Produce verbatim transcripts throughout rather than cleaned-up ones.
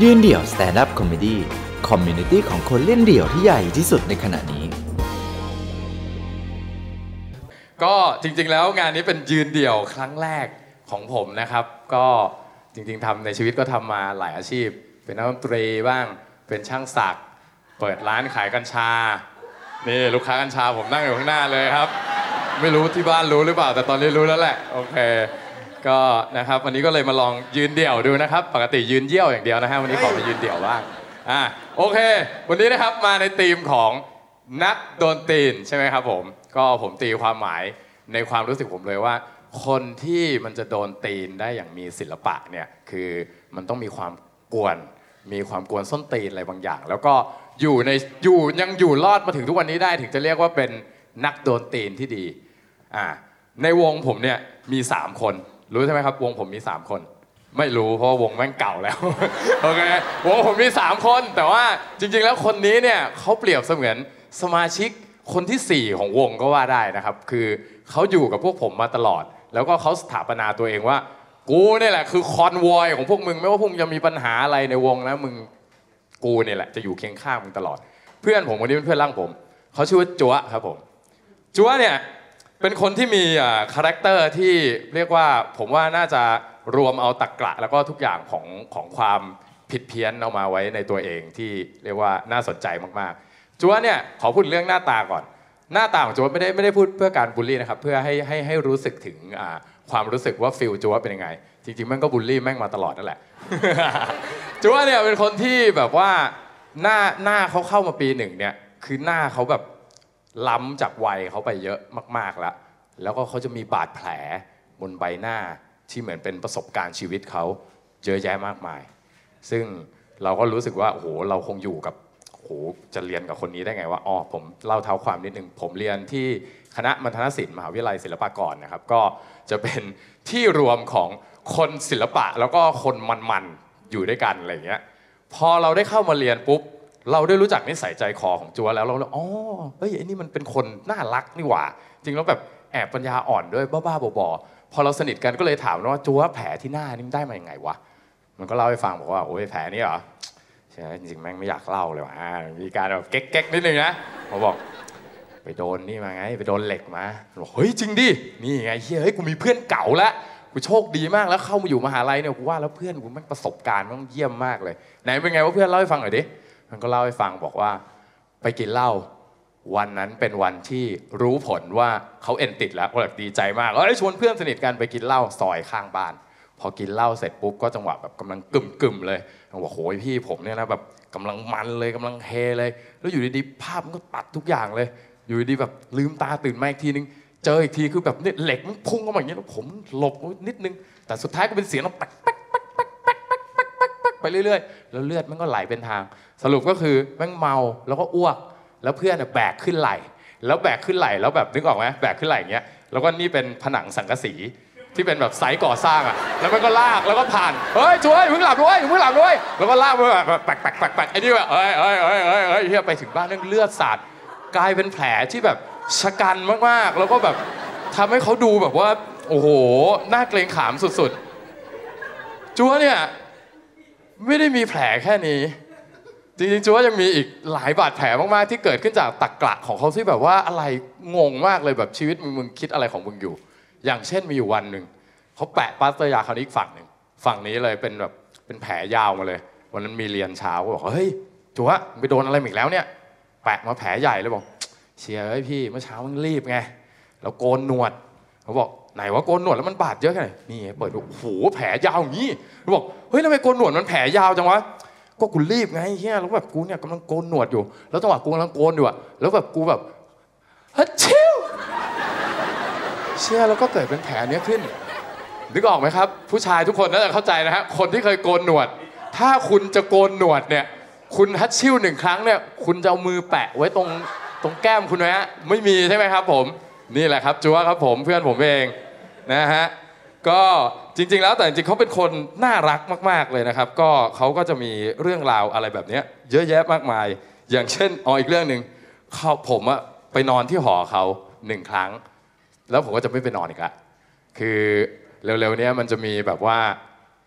ยืนเดี่ยวสแตนด์อัพคอมเมดี้คอมมูนิตี้ของคนเล่นเดี่ยวที่ใหญ่ที่สุดในขณะนี้ก็จริงๆแล้วงานนี้เป็นยืนเดี่ยวครั้งแรกของผมนะครับก็จริงๆทำในชีวิตก็ทำมาหลายอาชีพเป็นนักดนตรีบ้างเป็นช่างศักดิ์เปิดร้านขายกัญชานี่ลูกค้ากัญชาผมนั่งอยู่ข้างหน้าเลยครับไม่รู้ที่บ้านรู้หรือเปล่าแต่ตอนนี้รู้แล้วแหละโอเคก็นะครับวันนี้ก็เลยมาลองยืนเดี่ยวดูนะครับปกติยืนเยี่ยวอย่างเดียวนะฮะวันนี้ขอมายืนเดี่ยวบ้างอ่าโอเควันนี้นะครับมาในธีมของนักโดนตีนใช่ไหมครับผมก็ผมตีความหมายในความรู้สึกผมเลยว่าคนที่มันจะโดนตีนได้อย่างมีศิลปะเนี่ยคือมันต้องมีความกวนมีความกวนส้นตีนอะไรบางอย่างแล้วก็อยู่ในอยู่ยังอยู่รอดมาถึงทุกวันนี้ได้ถึงจะเรียกว่าเป็นนักโดนตีนที่ดีอ่าในวงผมเนี่ยมีสามคนรู้ใช่ไหมครับวงผมมีสามคนไม่รู้เพราะวงแม่งเก่าแล้ว โอเควงผมมีสามคนแต่ว่าจริงๆแล้วคนนี้เนี่ยเขาเปรียบเสมือนสมาชิกคนที่สี่ของวงก็ว่าได้นะครับคือเขาอยู่กับพวกผมมาตลอดแล้วก็เขาสถาปนาตัวเองว่ากูเนี่ยแหละคือคอนวอยของพวกมึงไม่ว่าพวกมึงจะมีปัญหาอะไรในวงนะมึงกูเนี่ยแหละจะอยู่เคียงข้างมึงตลอดเพื่อนผมคนนี้เป็นเพื่อนร่างผมเขาชื่อว่าจั๊วครับผมจั๊วเนี่ยเป็นคนที่มีคาแรคเตอร์ที่เรียกว่าผมว่าน่าจะรวมเอาตรรกะแล้วก็ทุกอย่างของของความผิดเพี้ยนเอามาไว้ในตัวเองที่เรียกว่าน่าสนใจมากๆจั๊วเนี่ยขอพูดเรื่องหน้าตาก่อนหน้าตาของจั๊วไม่ได้ไม่ได้พูดเพื่อการบูลลี่นะครับเพื่อให้ให้ให้รู้สึกถึงความรู้สึกว่าฟิลจั๊วเป็นยังไงจริงๆแม่งก็บูลลี่แม่งมาตลอดนั่นแหละ จั๊วเนี่ยเป็นคนที่แบบว่าหน้าหน้าเขาเข้ามาปีหนึ่งเนี่ยคือหน้าเขาแบบล้ำจากวัยเขาไปเยอะมากๆแล้วแล้วก็เขาจะมีบาดแผลบนใบหน้าที่เหมือนเป็นประสบการณ์ชีวิตเขาเยอะแยะมากมายซึ่งเราก็รู้สึกว่าโอ้โหเราคงอยู่กับโอ้โหจะเรียนกับคนนี้ได้ไงวะอ๋อผมเล่าเท้าความนิดนึงผมเรียนที่คณะมัณฑนศิลป์มหาวิทยาลัยศิลปากรนะครับก็จะเป็นที่รวมของคนศิลปะแล้วก็คนมันๆอยู่ด้วยกันอะไรอย่างเงี้ยพอเราได้เข้ามาเรียนปุ๊บเราได้รู้จักนิสัยใจคอของจั๊วแล้วเราเลยอ๋อเฮ้ยไอ้นี่มันเป็นคนน่ารักนี่หว่าจริงแล้วแบบแอบปัญญาอ่อนด้วยบ้าๆบอๆพอเราสนิทกันก็เลยถามว่าจั๊วแผลที่หน้านี่ได้มาอย่างไงวะมันก็เล่าให้ฟังบอกว่าโอ้ยแผลนี้เหรอใช่จริงๆแม่งไม่อยากเล่าเลยว่ะมีการแบบเก๊กๆนิดนึงนะผมบอกไปโดนนี่มาไงไปโดนเหล็กมาบอกเฮ้ยจริงดินี่ไงเฮ้ยเฮ้ยกูมีเพื่อนเก่าแล้วกูโชคดีมากแล้วเข้ามาอยู่มหาลัยเนี่ยกูว่าแล้วเพื่อนกูแม่งประสบการณ์แม่งเยี่ยมมากเลยไหนเป็นไงว่าเพื่อนเล่าให้ฟังหน่อยดิมันก็เล่าให้ฟังบอกว่าไปกินเหล้าวันนั้นเป็นวันที่รู้ผลว่าเขาเอ็นติดแล้วก็แบบดีใจมากเอ้ยชวนเพื่อนสนิทกันไปกินเหล้าซอยข้างบ้านพอกินเหล้าเสร็จปุ๊บก็จังหวะแบบกำลังกึ่มกึ่มเลยบอกโอ้ยพี่ผมเนี่ยนะแบบกำลังมันเลยกำลังเฮเลยแล้วอยู่ดีๆภาพมันก็ตัดทุกอย่างเลยอยู่ดีๆแบบลืมตาตื่นมาอีกทีนึงเจออีกทีคือแบบเนี่ยเหล็กมันพุ่งเข้ามาอย่างเงี้ยแล้วผมหลบนิดนึงแต่สุดท้ายก็เป็นเสียงปักปักปักปักปักปักปักปักปักไปเรื่อยๆแล้วเลือดมันก็ไหลเป็นทางสรุปก็คือแม่งเมาแล้วก็อ้วกแล้วเพื่อนแบกขึ้นไหล่แล้วแบกขึ้นไหล่แล้วแบบนึกออกไหมแบกขึ้นไหล่อย่างเงี้ยแล้วก็นี่เป็นผนังสังกะสีที่เป็นแบบไซต์ก่อสร้างอ่ะแล้วมันก็ลากแล้วก็ผ่านเฮ้ยช่วยมึงหลับด้วยมึงหลับด้วยแล้วก็ลากไปแบบแปกแปกแปกแปกไอ้นี่แบบเอ้ยเอ้ยเอ้ยเอ้ยเอ้ยเฮียไปถึงบ้านนั่งเลือดสาดกลายเป็นแผลที่แบบชะกันมากๆแล้วก็แบบทำให้เขาดูแบบว่าโอ้โหน่าเกรงขามสุดๆจั๊วเนี่ยไม่ได้มีแผลแค่นี้จริงๆจั๊วยังมีอีกหลายบาดแผลมากๆที่เกิดขึ้นจากตรรกะของเขาที่แบบว่าอะไรงงมากเลยแบบชีวิตมึงมึงคิดอะไรของมึงอยู่อย่างเช่นมีอยู่วันหนึ่งเขาแปะปาสเตอร์ยาคราวนี้อีกฝั่งหนึ่งฝั่งนี้เลยเป็นแบบเป็นแผลยาวมาเลยวันนั้นมีเรียนเช้าก็บอกเฮ้ยจั๊วไปโดนอะไรอีกแล้วเนี่ยแปะมาแผลใหญ่เลยบอกเชียร์เฮ้ยพี่เมื่อเช้ามึงรีบไงแล้วโกนหนวดเขาบอกไหนว่าโกนหนวดแล้วมันบาดเยอะแค่ไหนนี่เปิดดูโอ้โหแผลยาวอย่างนี้เขาบอกเฮ้ยทำไมโกนหนวดมันแผลยาวจังวะก็กูรีบไงเฮียแล้วแบบกูเนี่ยกำลังโกนหนวดอยู่แล้วจังหวะกูกำลังโกนอยู่อะแล้วแบบกูแบบฮัทชิวเชี่ยแล้วก็เกิดเป็นแผลเนี้ยขึ้นนึกออกไหมครับผู้ชายทุกคนน่าจะเข้าใจนะฮะคนที่เคยโกนหนวดถ้าคุณจะโกนหนวดเนี่ยคุณฮัทชิวหนึ่งครั้งเนี่ยคุณจะเอามือแปะไว้ตรงตรงแก้มคุณไหมฮะไม่มีใช่ไหมครับผมนี่แหละครับจั๊วครับผมเพื่อนผมเองนะฮะก็จริงๆแล้วแต่จริงๆเขาเป็นคนน่ารักมากๆเลยนะครับก็เขาก็จะมีเรื่องราวอะไรแบบนี้เยอะแยะมากมายอย่างเช่นอ๋ออีกเรื่องนึงเขาผมอะไปนอนที่หอเขาหนึ่งครั้งแล้วผมก็จะไม่ไปนอนอีกละคือเร็วๆนี้มันจะมีแบบว่า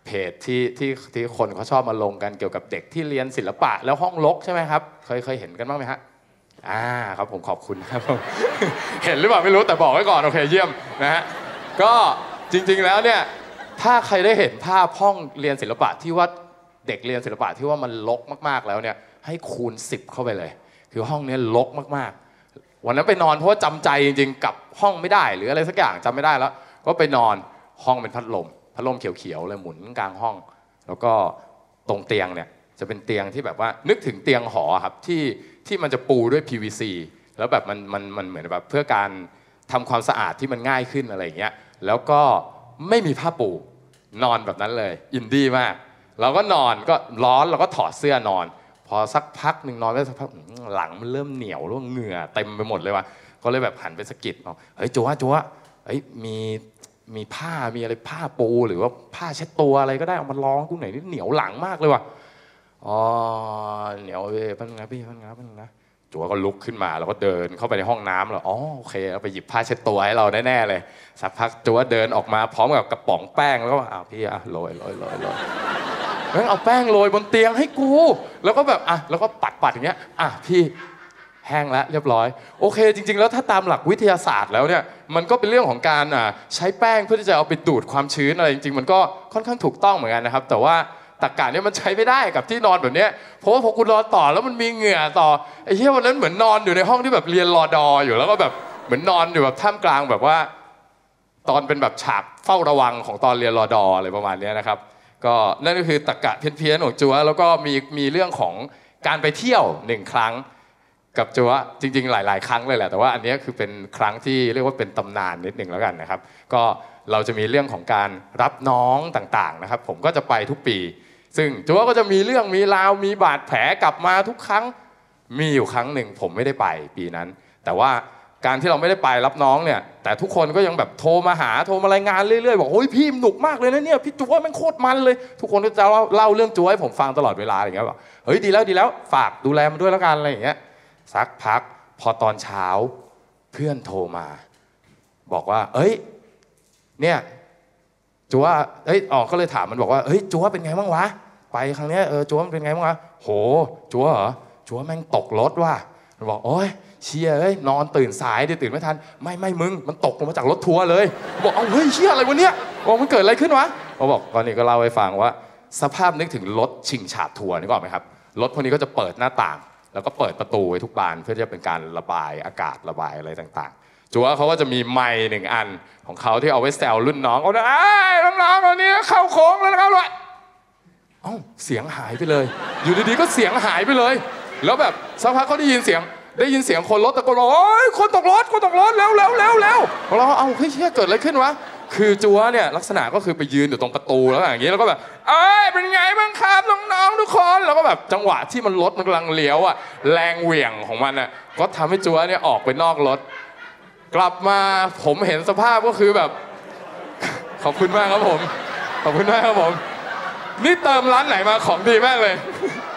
เพจที่ที่ที่คนเขาชอบมาลงกันเกี่ยวกับเด็กที่เรียนศิลปะแล้วห้องรกใช่ไหมครับเคยเคยเห็นกันบ้างไหมฮะอ่าครับผมขอบคุณครับผม เห็นหรือเปล่าไม่รู้แต่บอกไว้ก่อนโอเคเยี่ยมนะฮะก็จริงๆแล้วเนี่ยถ้าใครได้เห็นภาพห้องเรียนศิลปะที่ว่าเด็กเรียนศิลปะที่ว่ามันรกมากๆแล้วเนี่ยให้คูณสิบเข้าไปเลยคือห้องนี้รกมากๆวันนั้นไปนอนเพราะว่าจำใจจริงๆกลับห้องไม่ได้หรืออะไรสักอย่างจำไม่ได้แล้วก็ไปนอนห้องเป็นพัดลมพัดลมเขียวๆเลยหมุนกลางห้องแล้วก็ตรงเตียงเนี่ยจะเป็นเตียงที่แบบว่านึกถึงเตียงหอครับที่ที่มันจะปูด้วย พี วี ซี แล้วแบบมันมันมันเหมือนแบบเพื่อการทำความสะอาดที่มันง่ายขึ้นอะไรอย่างเงี้ยแล้วก็ไม่มีผ้าปูนอนแบบนั้นเลยอินดี้มากเราก็นอนก็ร้อนเราก็ถอดเสื้อนอนพอสักพักหนึ่งนอนไปสักพักหลังมันเริ่มเหนียวแล้วเหงื่อเต็มไปหมดเลยว่ะก็เลยแบบหันไปสะกิดบอกเฮ้ยจัวจัวเฮ้ยมีมีผ้ามีอะไรผ้าปูหรือว่าผ้าเช็ดตัวอะไรก็ได้เอามาลองกูหน่อยนี่เหนียวหลังมากเลยว่ะอ๋อเหนียวเว้ยพันงาพี่พันงาพันงาจัวก็ลุกขึ้นมาแล้วก็เดินเข้าไปในห้องน้ำแล้วอ๋อโอเคเอาไปหยิบผ้าเช็ดตัวให้เราแน่ๆเลยสักพักจัวเดินออกมาพร้อมกับกระป๋องแป้งแล้วก็อ้าวพี่อ่ะโรยโรยโรยโรยแล้วเอาแป้งโรยบนเตียงให้กูแล้วก็แบบอ่ะแล้วก็ปัดปัดอย่างเงี้ยอ่ะพี่แห้งแล้วเรียบร้อยโอเคจริงๆแล้วถ้าตามหลักวิทยาศาสตร์แล้วเนี่ยมันก็เป็นเรื่องของการอ่ะใช้แป้งเพื่อที่จะเอาไปดูดความชื้นอะไรจริงๆมันก็ค่อนข้างถูกต้องเหมือนกันนะครับแต่ว่าตรรกะนี้มันใช้ไม่ได้กับที่นอนแบบนี้เพราะว่าพอคุณนอนต่อแล้วมันมีเหงื่อต่อไอ้เหี้ยวันนั้นเหมือนนอนอยู่ในห้องที่แบบเรียนรอดออยู่แล้วก็แบบเหมือนนอนอยู่แบบท่ามกลางแบบว่าตอนเป็นแบบฉากเฝ้าระวังของตอนเรียนรอดออะไรประมาณนี้นะครับก็นั่นก็คือตรรกะเพี้ยนๆของจั๊วแล้วก็มีมีเรื่องของการไปเที่ยวหนึ่งครั้งกับจั๊วจริงๆหลายๆครั้งเลยแหละแต่ว่าอันนี้คือเป็นครั้งที่เรียกว่าเป็นตำนานนิดหนึ่งแล้วกันนะครับก็เราจะมีเรื่องของการรับน้องต่างๆนะครับผมก็จะไปทุกปีซึ่งจั๊วก็จะมีเรื่องมีราวมีบาดแผลกลับมาทุกครั้งมีอยู่ครั้งหนึ่งผมไม่ได้ไปปีนั้นแต่ว่าการที่เราไม่ได้ไปรับน้องเนี่ยแต่ทุกคนก็ยังแบบโทรมาหาโทรมารายงานเรื่อยๆบอกโอ้ยพี่หนุกมากเลยนะเนี่ยพี่จั๊วแม่งโคตรมันเลยทุกคนก็จะเล่าเล่าเรื่องจั๊วให้ผมฟังตลอดเวลาอย่างเงี้ยบอกเฮ้ยดีแล้วดีแล้วฝากดูแลมันด้วยแล้วกันอะไรอย่างเงี้ยสักพักพอตอนเช้าเพื่อนโทรมาบอกว่าเอ้ยเนี่ยจั๊วเอ้ยอ๋อก็เลยถามมันบอกว่าเฮ้ยจั๊วเป็นไงบ้างวะไปครั้งนี้เออจั๊วมันเป็นไงบ้างวะโหจั๊วเหรอจั๊วแม่งตกรถว่ะมันบอกโอ้ยเชียเอ้ยนอนตื่นสายดิตื่นไม่ทันไม่ไม่มึงมันตกลงมาจากรถทัวร์เลยบอกเอาเฮ้ยเชียอะไรวะเนี่ยบอกมันเกิดอะไรขึ้นวะเขาบอกตอนนี้ก็เล่าให้ฟังว่าสภาพนึกถึงรถชิงฉาบทัวร์นึกออกไหมครับรถพวกนี้ก็จะเปิดหน้าต่างแล้วก็เปิดประตูไว้ทุกบานเพื่อจะเป็นการระบายอากาศระบายอะไรต่างๆจั๊วเขาก็จะมีไมค์หนึ่งอันของเขาที่เอาไว้แซวรุ่นน้องเขาเนี่ยน้องๆตอนนี้เข้าโค้งแล้วนะครับเลยเอ้าเสียงหายไปเลยอยู่ดีๆก็เสียงหายไปเลยแล้วแบบสักพักเขาได้ยินเสียงได้ยินเสียงคนรถตะโกนบอกโอ๊ยคนตกรถคนตกรถเร็วเร็วเร็วเร็วเราเอาเฮ้ยเชี่ยเกิดอะไรขึ้นวะคือจั๊วเนี่ยลักษณะก็คือไปยืนอยู่ตรงประตูแล้วอย่างนี้แล้วก็แบบเอ้ยเป็นไงบ้างครับน้องๆทุกคนแล้วก็แบบจังหวะที่มันรถมันกำลังเลี้ยวอ่ะแรงเหวี่ยงของมันอ่ะก็ทำให้จั๊วเนี่ยออกไปนอกรถกลับมาผมเห็นสภาพก็คือแบบขอบคุณมากครับผมขอบคุณมากครับผมนี่เติมร้านไหนมาของดีมากเลย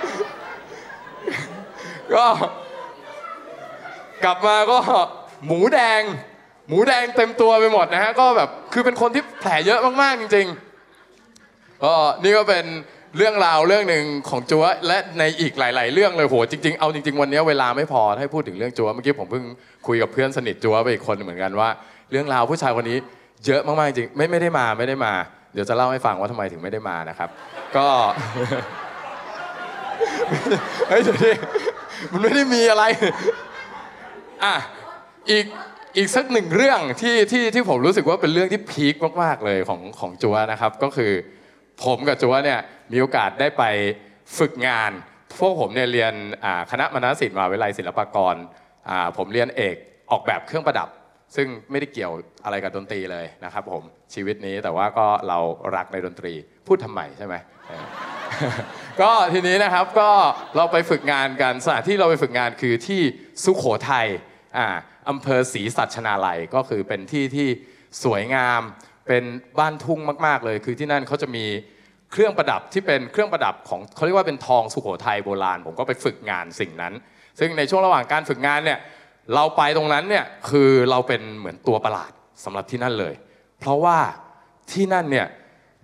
ก็กลับมาก็หมูแดงหมูแดงเต็มตัวไปหมดนะฮะก็แบบคือเป็นคนที่แผลเยอะมากๆจริงๆก็นี่ก็เป็นเรื่องราวเรื่องหนึ่งของจั๊วและในอีกหลายๆเรื่องเลยโหจริงๆเอาจริงๆวันนี้เวลาไม่พอให้พูดถึงเรื่องจั๊วเมื่อกี้ผมเพิ่งคุยกับเพื่อนสนิทจั๊วไปอีกคนเหมือนกันว่าเรื่องราวผู้ชายคนนี้เยอะมากๆจริงไม่ไม่ได้มาไม่ได้มาเดี๋ยวจะเล่าให้ฟังว่าทำไมถึงไม่ได้มานะครับก็เฮ้ยเดี๋ยวดิมันไม่ได้มีอะไรอ่ะอีกอีกสักหนึ่งเรื่องที่ที่ที่ผมรู้สึกว่าเป็นเรื่องที่พีคมากๆเลยของของจั๊วนะครับก็คือผมกับจั๊วเนี่ยมีโอกาสได้ไปฝึกงานพวกผมเนี่ยเรียนคณะมนศิลป์มหาวิทยาลัยศิลปากรผมเรียนเอกออกแบบเครื่องประดับซึ่งไม่ได้เกี่ยวอะไรกับดนตรีเลยนะครับผมชีวิตนี้แต่ว่าก็เรารักในดนตรีพูดทำไมใช่ไหม ก็ทีนี้นะครับก็เราไปฝึกงานกันสถานที่เราไปฝึกงานคือที่สุโขทัยอ่าอำเภอศรีสัชนาลัยก็คือเป็นที่ที่สวยงามเป็นบ้านทุ่งมากๆเลยคือที่นั่นเขาจะมีเครื่องประดับที่เป็นเครื่องประดับของเขาเรียกว่าเป็นทองสุโขทัยโบราณผมก็ไปฝึกงานสิ่งนั้นซึ่งในช่วงระหว่างการฝึกงานเนี่ยเราไปตรงนั้นเนี่ยคือเราเป็นเหมือนตัวประหลาดสำหรับที่นั่นเลยเพราะว่าที่นั่นเนี่ย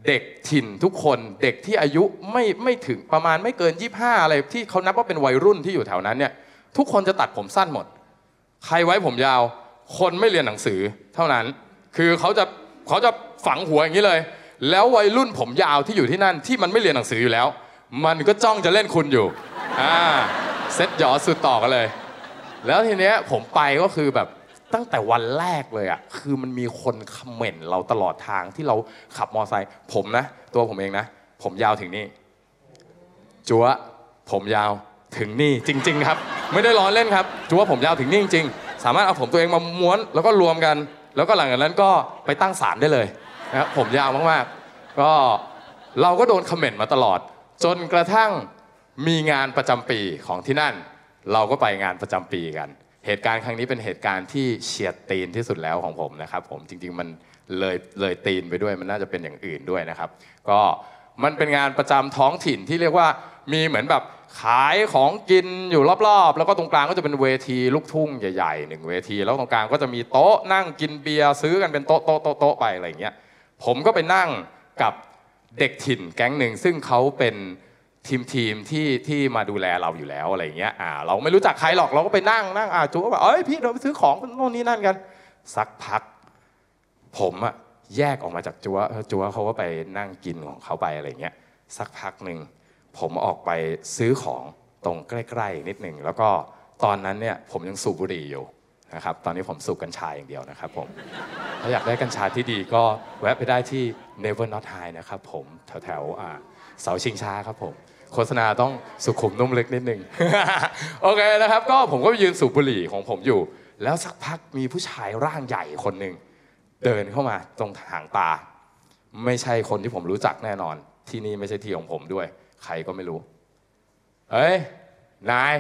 เด็กถิ่นทุกคนเด็กที่อายุไม่ไม่ถึงประมาณไม่เกินยี่สิบห้าอะไรที่เขานับว่าเป็นวัยรุ่นที่อยู่แถวนั้นเนี่ยทุกคนจะตัดผมสั้นหมดใครไว้ผมยาวคนไม่เรียนหนังสือเท่านั้นคือเขาจะเขาจะฝังหัวอย่างนี้เลยแล้ววัยรุ่นผมยาวที่อยู่ที่นั่นที่มันไม่เรียนหนังสืออยู่แล้วมันก็จ้องจะเล่นคุณอยู่อ่าเซ็ตหยอสุดต่อกันเลยแล้วทีเนี้ยผมไปก็คือแบบตั้งแต่วันแรกเลยอ่ะคือมันมีคนคอมเมนต์เราตลอดทางที่เราขับมอไซค์ผมนะตัวผมเองนะผมยาวถึงนี่จั๊วผมยาวถึงนี่จริงๆครับไม่ได้ล้อเล่นครับจั๊วผมยาวถึงนี่จริงๆสามารถเอาผมตัวเองมาม้วนแล้วก็รวมกันแล้วก็หลังจากนั้นก็ไปตั้งศาลได้เลยนะครับผมยาวมากๆก็เราก็โดนคอมเมนต์มาตลอดจนกระทั่งมีงานประจำปีของที่นั่นเราก็ไปงานประจำปีกันเหตุการณ์ครั้งนี้เป็นเหตุการณ์ที่เฉียดตีนที่สุดแล้วของผมนะครับผมจริงๆมันเลยเลยตีนไปด้วยมันน่าจะเป็นอย่างอื่นด้วยนะครับก็มันเป็นงานประจำท้องถิ่นที่เรียกว่ามีเหมือนแบบขายของกินอยู่รอบๆแล้วก็ตรงกลางก็จะเป็นเวทีลูกทุ่งใหญ่ๆหนึ่งเวทีแล้วตรงกลางก็จะมีโต๊ะนั่งกินเบียร์ซื้อกันเป็นโต๊ะโต๊ะโต๊ะโต๊ะไปอะไรอย่างเงี้ยผมก็ไปนั่งกับเด็กถิ่นแก๊งหนึ่งซึ่งเขาเป็นทีมทีมที่ที่มาดูแลเราอยู่แล้วอะไรอย่างเงี้ยอ่าเราไม่รู้จักใครหรอกเราก็ไปนั่งนั่งอ่าจูก็แบบเอ้ยพี่เราไปซื้อของโน่นนี่นั่นกันสักพักผมอะแยกออกมาจากจัวจัวเขาก็ไปนั่งกินของเขาไปอะไรเงี้ยสักพักหนึ่งผมออกไปซื้อของตรงใกล้ๆนิดหนึ่งแล้วก็ตอนนั้นเนี่ยผมยังสูบบุหรี่อยู่นะครับตอนนี้ผมสูบกัญชาอย่างเดียวนะครับผมถ้าอยากได้กัญชาที่ดีก็แวะไปได้ที่ Never Not High นะครับผมแถวๆอ่าเสาชิงช้าครับผมโฆษณาต้องสุขุมนุ่มลึกนิดนึง โอเคนะครับก็ผมก็ยืนสูบบุหรี่ของผมอยู่แล้วสักพักมีผู้ชายร่างใหญ่คนหนึ่งเดินเข้ามาตรงหางตาไม่ใช่คนที่ผมรู้จักแน่นอนที่นี่ไม่ใช่ที่ของผมด้วยใครก็ไม่รู้เฮ้ยนาย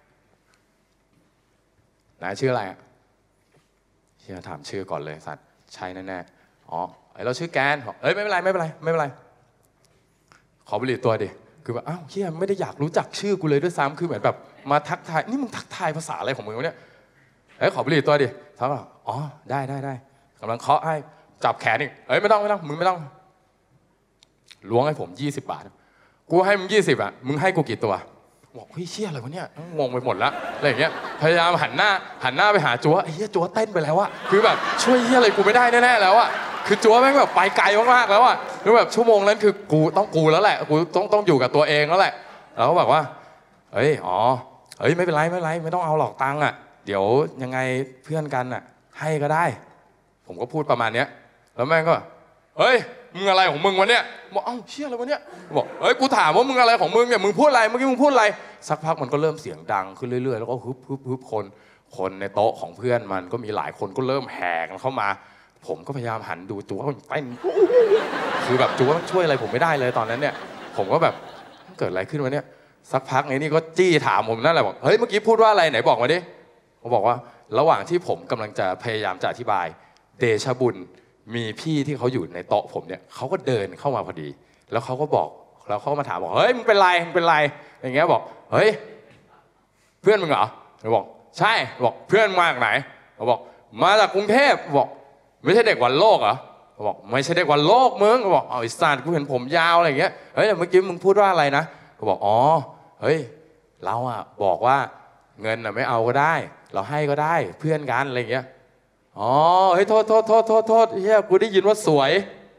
นายชื่ออะไรอ่ะเฮียถามชื่อก่อนเลยสัตว์ใช่แน่ๆอ๋อเราชื่อแกนเอ้ยไม่เป็นไรไม่เป็นไรไม่เป็นไรขอบุหรี่ตัวดิคือแบบอ้าวเฮียไม่ได้อยากรู้จักชื่อกูเลยด้วยซ้ำคือเหมือนแบบมาทักทายนี่มึงทักทายภาษาอะไรของมึงวะเนี่ยเอ้ยขอบุหรี่ตัวดิเขาบอกอ๋อได้ได้ได้กำลังเคาะให้จับแขนอีกเอ้ยไม่ต้องไม่ต้องมึงไม่ต้องล้วงให้ผมยี่สิบบาทกูให้มึงยี่สิบอ่ะมึงให้กูกี่ตัวบอกเฮ้ยเชี่ยอะไรวะเนี่ยงงไปหมดละอะไรอย่างเงี้ยพยายามหันหน้าหันหน้าไปหาจั๊วเฮียจั๊วเต้นไปแล้วอะคือแบบช่วยเฮียอะไรกูไม่ได้แน่ๆแล้วอะคือจั๊วแม่งแบบไปไกลมากๆแล้วอะคือแบบชั่วโมงนั้นคือกูต้องกูแล้วแหละกูต้องต้องอยู่กับตัวเองแล้วแหละแล้วก็บอกว่าเฮ้ยอ๋อเฮ้ยไม่เป็นไรไม่เป็นไรไม่ต้องเอาหลอกตังค์อะเดี๋ยวยังไงเพื่อนกันอะให้ก็ได้ผมก็พูดประมาณเนี้ยแล้วแม่งก็เฮ้ยมึงอะไรของมึงวะเนี่ยบอกเอ้าเชี่ยอะไรวะเนี่ยบอกเฮ้ยกูถามว่ามึงอะไรของมึงเนี่ยมึงพูดอะไรเมื่อกี้มึงพูดอะไรสักพักมันก็เริ่มเสียงดังขึ้นเรื่อยๆแล้วก็ฮึบฮึบฮึบคนคนในโต๊ะของเพื่อนมันก็มีหลายคนก็เริ่มแห่กันเข้ามาผมก็พยายามหันดูจั๊วมันเต้นคือแบบจั๊วมันช่วยอะไรผมไม่ได้เลยตอนนั้นเนี่ยผมก็แบบเกิดอะไรขึ้นวะเนี่ยสักพักไอ้นี่ก็จี้ถามผมนั่นแหละบอกเฮ้ยเมื่อกี้พูดว่าอะไรไหนบอกมาดิผมบอกว่าระหว่างที่ผมกำลังจะพยายามจะอธิบายเดชบุญมีพี่ที่เขาอยู่ในโต๊ะผมเนี่ยเขาก็เดินเข้ามาพอดีแล้วเขาก็บอกแล้วเขาก็มาถามบอกเฮ้ยมึงเป็นไรมึงเป็นไรอย่างเงี้ยบอกเฮ้ยเพื่อนมึงเหรอเขาบอกใช่บอกเพื่อนมาจากไหนเขาบอกมาจากกรุงเทพบอกไม่ใช่เด็กวันโลกเหรอเขาบอกไม่ใช่เด็กวันโลกมึงเขาบอกอ๋อไอ้สัตว์กูเห็นผมยาวอะไรอย่างเงี้ยเฮ้ยเมื่อกี้มึงพูดว่าอะไรนะเขาบอกอ๋อเฮ้ยเราอะบอกว่าเงินอะไม่เอาก็ได้เราให้ก็ได้เพื่อนกันอะไรอย่างเงี้ยอ๋อเฮ้ยโทษโทษโทษโทษโทษเฮียกูได้ยินว่าสวย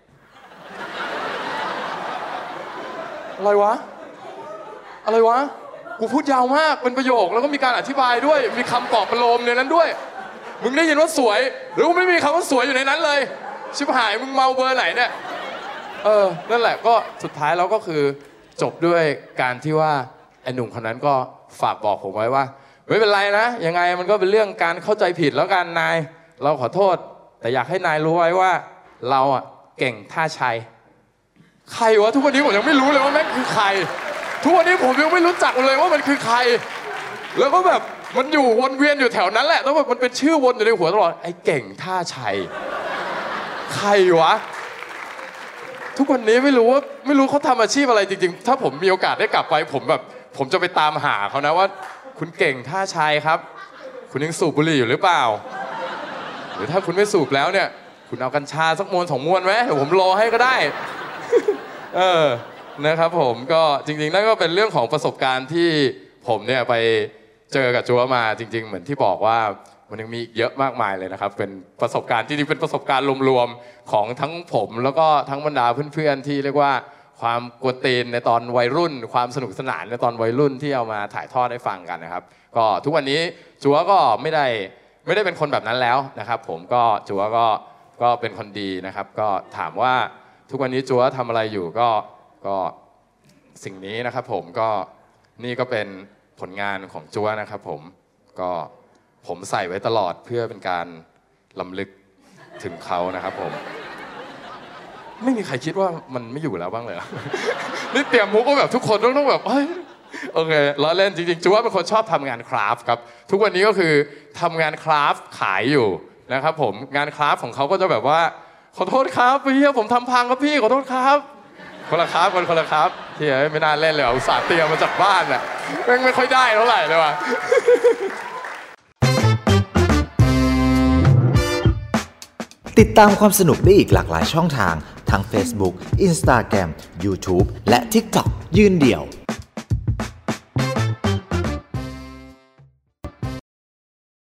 อะไรวะอะไรวะกูพูดยาวมากเป็นประโยคแล้วก็มีการอธิบายด้วยมีคำปลอบประโลมในนั้นด้วยมึงได้ยินว่าสวยหรือไม่มีคำว่าสวยอยู่ในนั้นเลยชิบหายมึงเมาเบอร์ไหนเนี่ยเออนั่นแหละก็สุดท้ายเราก็คือจบด้วยการที่ว่าไอ้หนุ่มคนนั้นก็ฝากบอกผมไว้ว่าไม่เป็นไรนะยังไงมันก็เป็นเรื่องการเข้าใจผิดแล้วกันนายเราขอโทษแต่อยากให้นายรู้ไว้ว่าเราอ่ะเก่งท่าชัยใครวะทุกวันนี้ผมยังไม่รู้เลยว่าแม่งคือใครทุกวันนี้ผมยังไม่รู้จักเลยว่ามันคือใครแล้วก็แบบมันอยู่วนเวียนอยู่แถวนั้นแหละแล้วแบบมันเป็นชื่อวนอยู่ในหัวตลอดไอ้เก่งท่าชัยใครวะทุกวันนี้ไม่รู้ว่าไม่รู้เขาทำอาชีพอะไรจริงๆถ้าผมมีโอกาสได้กลับไปผมแบบผมจะไปตามหาเขานะว่าคุณเก่งท่าชัยครับคุณยังสูบบุหรี่อยู่หรือเปล่าหรือถ้าคุณไม่สูบแล้วเนี่ยคุณเอากัญชาสักมวนสองมวนไหมเดี๋ยวผมรอให้ก็ได้เออนะครับผมก็จริงๆนั่นก็เป็นเรื่องของประสบการณ์ที่ผมเนี่ยไปเจอกับจั๊วมาจริงๆเหมือนที่บอกว่ามันยังมีอีกเยอะมากมายเลยนะครับเป็นประสบการณ์จริงๆเป็นประสบการณ์รวมๆของทั้งผมแล้วก็ทั้งบรรดาเพื่อนๆที่เรียกว่าความกวนตีนในตอนวัยรุ่นความสนุกสนานในตอนวัยรุ่นที่เอามาถ่ายทอดให้ฟังกันนะครับก็ทุกวันนี้จั๊วก็ไม่ได้ไม่ได้เป็นคนแบบนั้นแล้วนะครับผมก็จั๊วก็ก็เป็นคนดีนะครับก็ถามว่าทุกวันนี้จั๊วทำอะไรอยู่ก็ก็สิ่งนี้นะครับผมก็นี่ก็เป็นผลงานของจั๊วนะครับผมก็ผมใส่ไว้ตลอดเพื่อเป็นการรำลึกถึงเขานะครับผมไม่มีใครคิดว่ามันไม่อยู่แล้วบ้างเลยนี่เตรียมมุกก็แบบทุกคนต้องต้องแบบเฮ้ยโอเคล้อเล่นจริงๆจั๊วเป็นคนชอบทำงานคราฟต์ครับทุกวันนี้ก็คือทำงานคราฟต์ขายอยู่นะครับผมงานคราฟต์ของเขาก็จะแบบว่าขอโทษครับพี่ผมทำพังครับพี่ขอโทษครับคนละครับคนคนละครับที่ไม่น่าเล่นเลยอุตส่าห์เตรียมมาจากบ้านน่ะแม่งไม่ค่อยได้เท่าไหร่เลยว่ะติดตามความสนุกได้อีกหลากหลายช่องทางทั้ง Facebook Instagram YouTube และ TikTok ยืนเดี่ยว